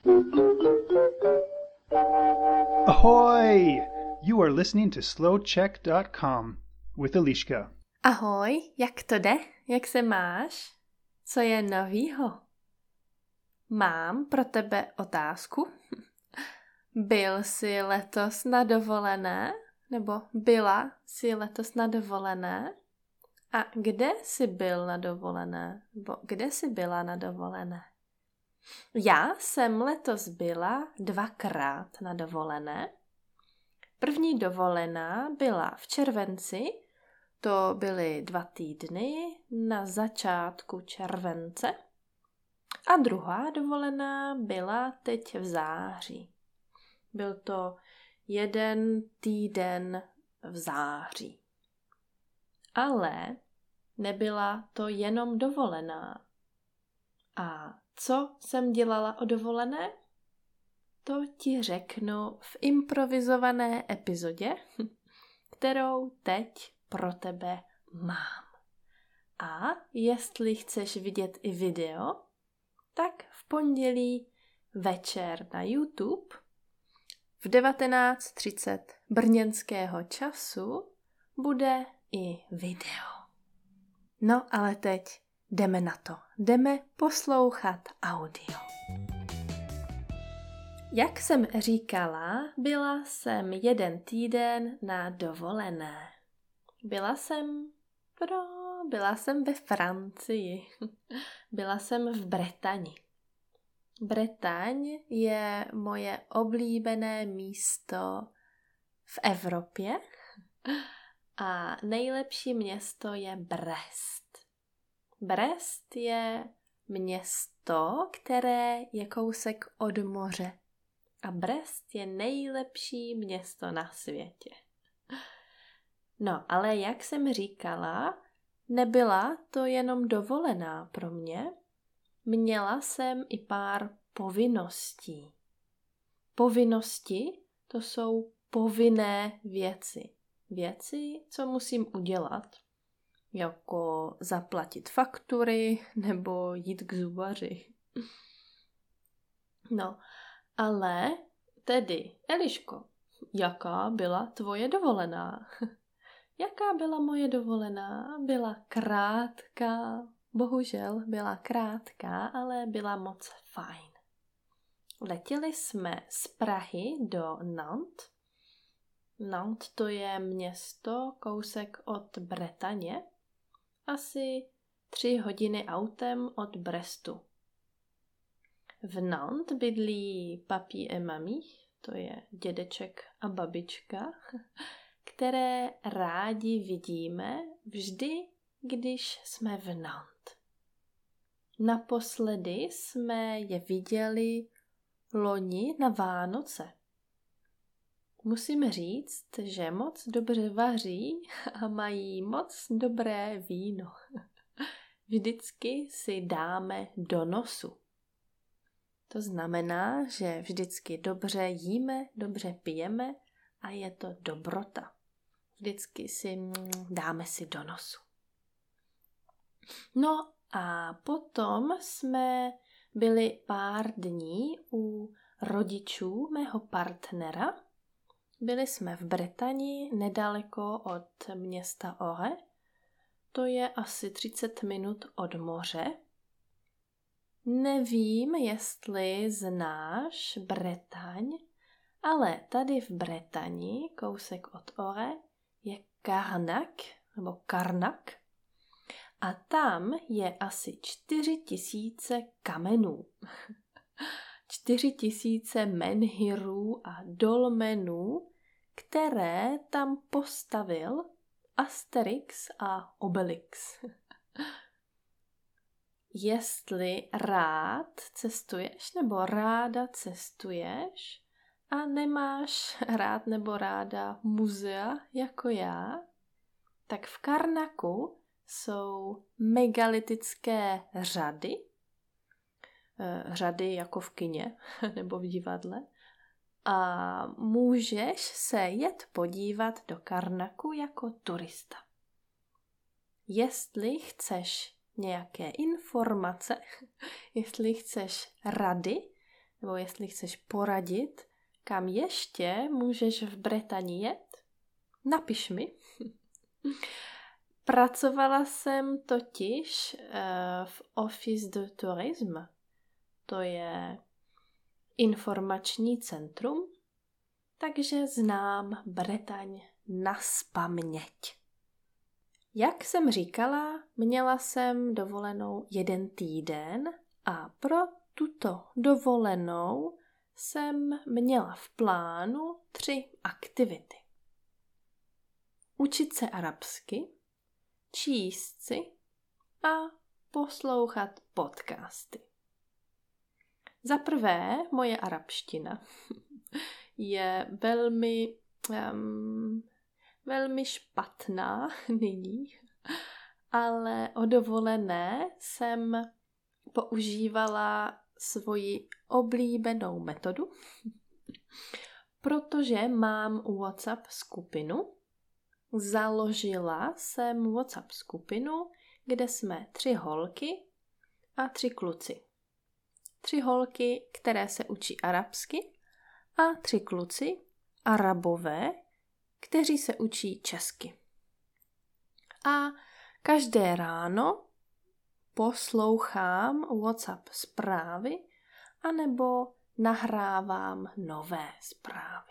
Ahoy! You are listening to slowcheck.com with Eliška. Ahoj, jak to jde? Jak se máš? Co je novýho? Mám pro tebe otázku. Byl jsi letos na dovolené? Nebo byla jsi letos na dovolené? A kde jsi byl na dovolené? Nebo kde jsi byla na dovolené? Já jsem letos byla 2krát na dovolené. První dovolená byla v červenci, to byly 2 týdny na začátku července. A druhá dovolená byla teď v září. Byl to 1 týden v září. Ale nebyla to jenom dovolená. A co jsem dělala o dovolené? To ti řeknu v improvizované epizodě, kterou teď pro tebe mám. A jestli chceš vidět i video, tak v pondělí večer na YouTube v 19:30 brněnského času bude i video. No ale teď jdeme na to. Jdeme poslouchat audio. Jak jsem říkala, byla jsem 1 týden na dovolené. Byla jsem ve Francii. Byla jsem v Bretani. Bretaň je moje oblíbené místo v Evropě a nejlepší město je Brest. Brest je město, které je kousek od moře. A Brest je nejlepší město na světě. No, ale jak jsem říkala, nebyla to jenom dovolená pro mě. Měla jsem i pár povinností. Povinnosti, to jsou povinné věci. Věci, co musím udělat. Jako zaplatit faktury nebo jít k zubaři. No, ale tedy, Eliško, jaká byla tvoje dovolená? Jaká byla moje dovolená? Byla krátká, bohužel byla krátká, ale byla moc fajn. Letěli jsme z Prahy do Nantes. Nantes to je město kousek od Bretaně, asi 3 hodiny autem od Brestu. V Nantes bydlí papi et mami, to je dědeček a babička, které rádi vidíme vždy, když jsme v Nantes. Naposledy jsme je viděli loni na Vánoce. Musím říct, že moc dobře vaří a mají moc dobré víno. Vždycky si dáme do nosu. To znamená, že vždycky dobře jíme, dobře pijeme a je to dobrota. Vždycky si dáme si do nosu. No a potom jsme byli pár dní u rodičů mého partnera. Byli jsme v Bretani, nedaleko od města Ohe. To je asi 30 minut od moře. Nevím, jestli znáš Bretaň, ale tady v Bretani, kousek od Ohe, je Karnak. A tam je asi 4000 kamenů. 4000 menhirů a dolmenů, které tam postavil Asterix a Obelix. Jestli rád cestuješ nebo ráda cestuješ a nemáš rád nebo ráda muzea jako já, tak v Karnaku jsou megalitické řady jako v kině nebo v divadle a můžeš se jet podívat do Karnaku jako turista. Jestli chceš nějaké informace, jestli chceš rady, nebo jestli chceš poradit, kam ještě můžeš v Bretani jet, napiš mi. Pracovala jsem totiž v Office de Tourisme. To je informační centrum, takže znám Bretaň nazpaměť. Jak jsem říkala, měla jsem dovolenou 1 týden a pro tuto dovolenou jsem měla v plánu 3 aktivity. Učit se arabsky, číst si a poslouchat podcasty. Za prvé, moje arabština je velmi špatná nyní, ale o dovolené jsem používala svoji oblíbenou metodu, protože mám WhatsApp skupinu. Založila jsem WhatsApp skupinu, kde jsme 3 holky a 3 kluci. 3 holky, které se učí arabsky a 3 kluci, arabové, kteří se učí česky. A každé ráno poslouchám WhatsApp zprávy anebo nahrávám nové zprávy.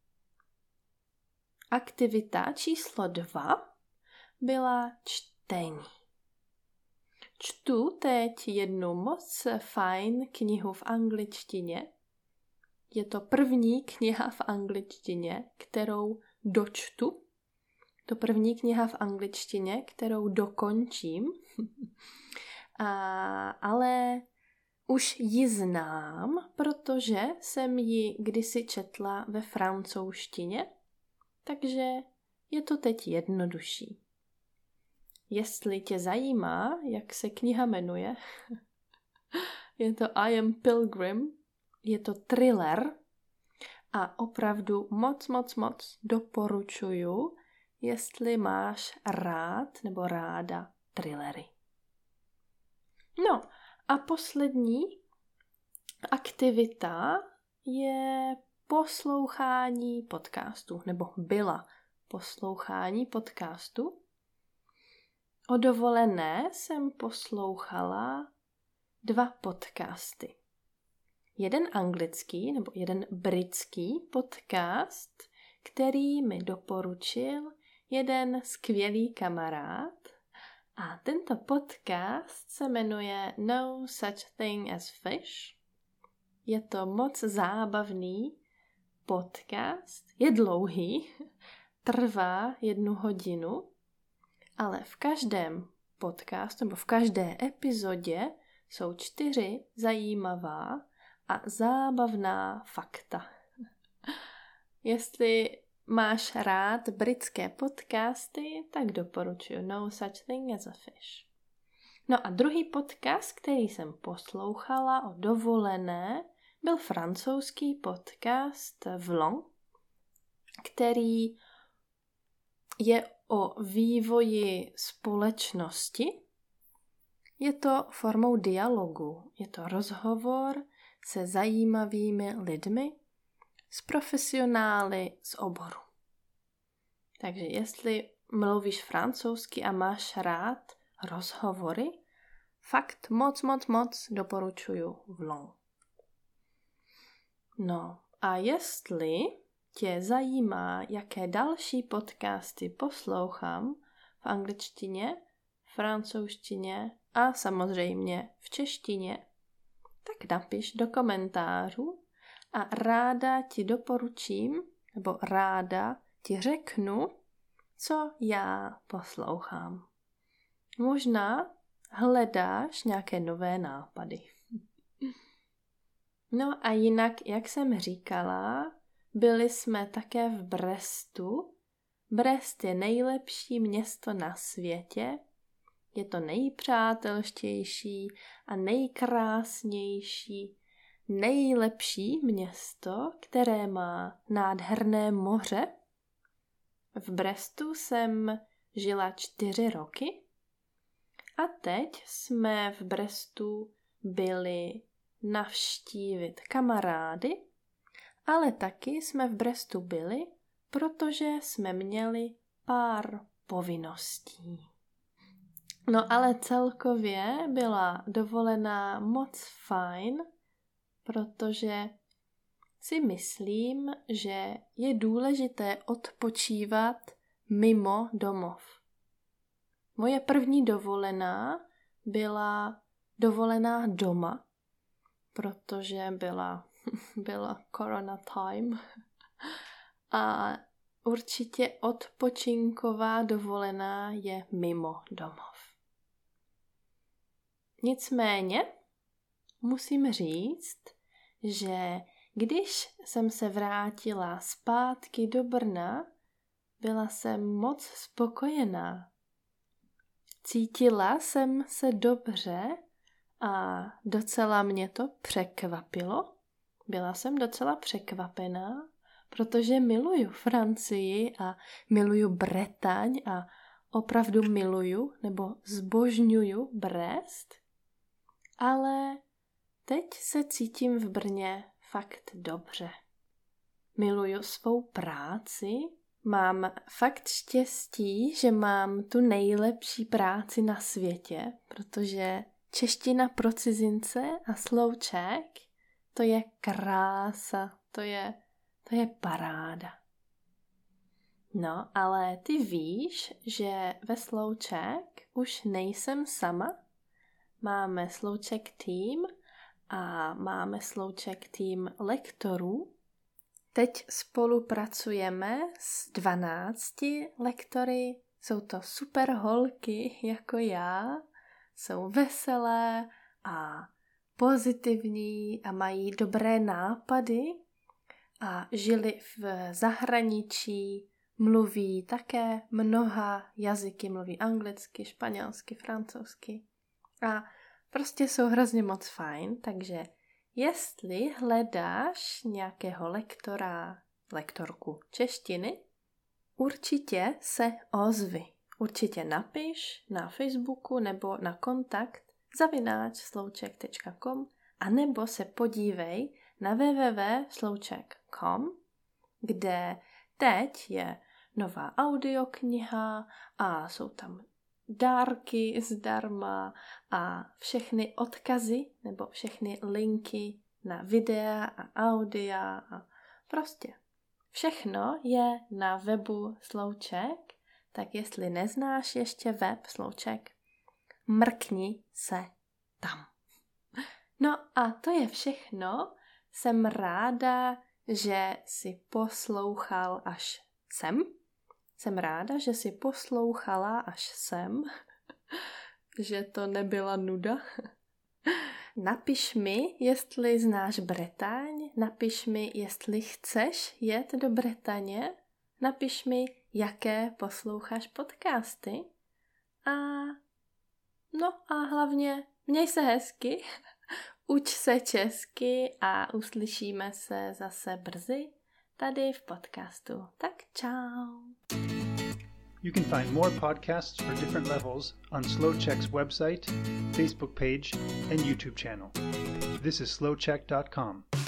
Aktivita číslo 2 byla čtení. Čtu teď jednu moc fajn knihu v angličtině. Je to první kniha v angličtině, kterou dočtu. To první kniha v angličtině, kterou dokončím. Ale už ji znám, protože jsem ji kdysi četla ve francouzštině, takže je to teď jednodušší. Jestli tě zajímá, jak se kniha jmenuje, je to I Am Pilgrim, je to thriller a opravdu moc doporučuju, jestli máš rád nebo ráda thrillery. No a poslední aktivita je poslouchání podcastu, nebo byla poslouchání podcastu. O dovolené jsem poslouchala 2 podcasty. Jeden anglický nebo jeden britský podcast, který mi doporučil jeden skvělý kamarád. A tento podcast se jmenuje No Such Thing as Fish. Je to moc zábavný podcast, je dlouhý, trvá 1 hodinu, ale v každém podcastu nebo v každé epizodě jsou 4 zajímavá a zábavná fakta. Jestli máš rád britské podcasty, tak doporučuji No Such Thing as a Fish. No a druhý podcast, který jsem poslouchala o dovolené, byl francouzský podcast Vlon, který je o vývoji společnosti. Je to formou dialogu, je to rozhovor se zajímavými lidmi, s profesionály z oboru. Takže jestli mluvíš francouzsky a máš rád rozhovory, fakt moc doporučuju Vlon. No a jestli tě zajímá, jaké další podcasty poslouchám v angličtině, francouzštině a samozřejmě v češtině, tak napiš do komentářů a ráda ti doporučím, nebo ráda ti řeknu, co já poslouchám. Možná hledáš nějaké nové nápady. No a jinak, jak jsem říkala, byli jsme také v Brestu. Brest je nejlepší město na světě. Je to nejpřátelštější a nejkrásnější, nejlepší město, které má nádherné moře. V Brestu jsem žila 4 roky a teď jsme v Brestu byli navštívit kamarády, ale taky jsme v Brestu byli, protože jsme měli pár povinností. No ale celkově byla dovolená moc fajn, protože si myslím, že je důležité odpočívat mimo domov. Moje první dovolená byla dovolená doma, protože byla corona time a určitě odpočinková dovolená je mimo domov. Nicméně musím říct, že když jsem se vrátila zpátky do Brna, byla jsem moc spokojená. Cítila jsem se dobře a docela mě to překvapilo. Byla jsem docela překvapená, protože miluju Francii a miluju Bretaň a opravdu miluju nebo zbožňuju Brest, ale teď se cítím v Brně fakt dobře. Miluju svou práci, mám fakt štěstí, že mám tu nejlepší práci na světě, protože čeština pro cizince a slow Czech, to je krása, to je paráda. No, ale ty víš, že ve slow Czech už nejsem sama. Máme slow Czech tým a máme slow Czech tým lektorů. Teď spolupracujeme s 12 lektory, jsou to super holky jako já, jsou veselé a pozitivní a mají dobré nápady a žili v zahraničí, mluví také mnoha jazyky, mluví anglicky, španělsky, francouzsky a prostě jsou hrozně moc fajn, takže jestli hledáš nějakého lektorku češtiny, určitě se ozvi. Určitě napiš na Facebooku nebo na kontakt @slowczech.com a nebo se podívej na www.slowczech.com, kde teď je nová audiokniha a jsou tam dárky zdarma a všechny odkazy nebo všechny linky na videa a audia a prostě všechno je na webu Slow Czech, tak jestli neznáš ještě web Slow Czech, mrkni se tam. No a to je všechno. Jsem ráda, že jsi poslouchal až sem. Jsem ráda, že jsi poslouchala až sem, že to nebyla nuda. Napiš mi, jestli znáš Bretaň, napiš mi, jestli chceš jet do Bretaně, napiš mi, jaké posloucháš podcasty a hlavně měj se hezky, uč se česky a uslyšíme se zase brzy tady v podcastu. Tak čau. You can find more podcasts for different levels on Slow Czech's website, Facebook page, and YouTube channel. This is slowczech.com.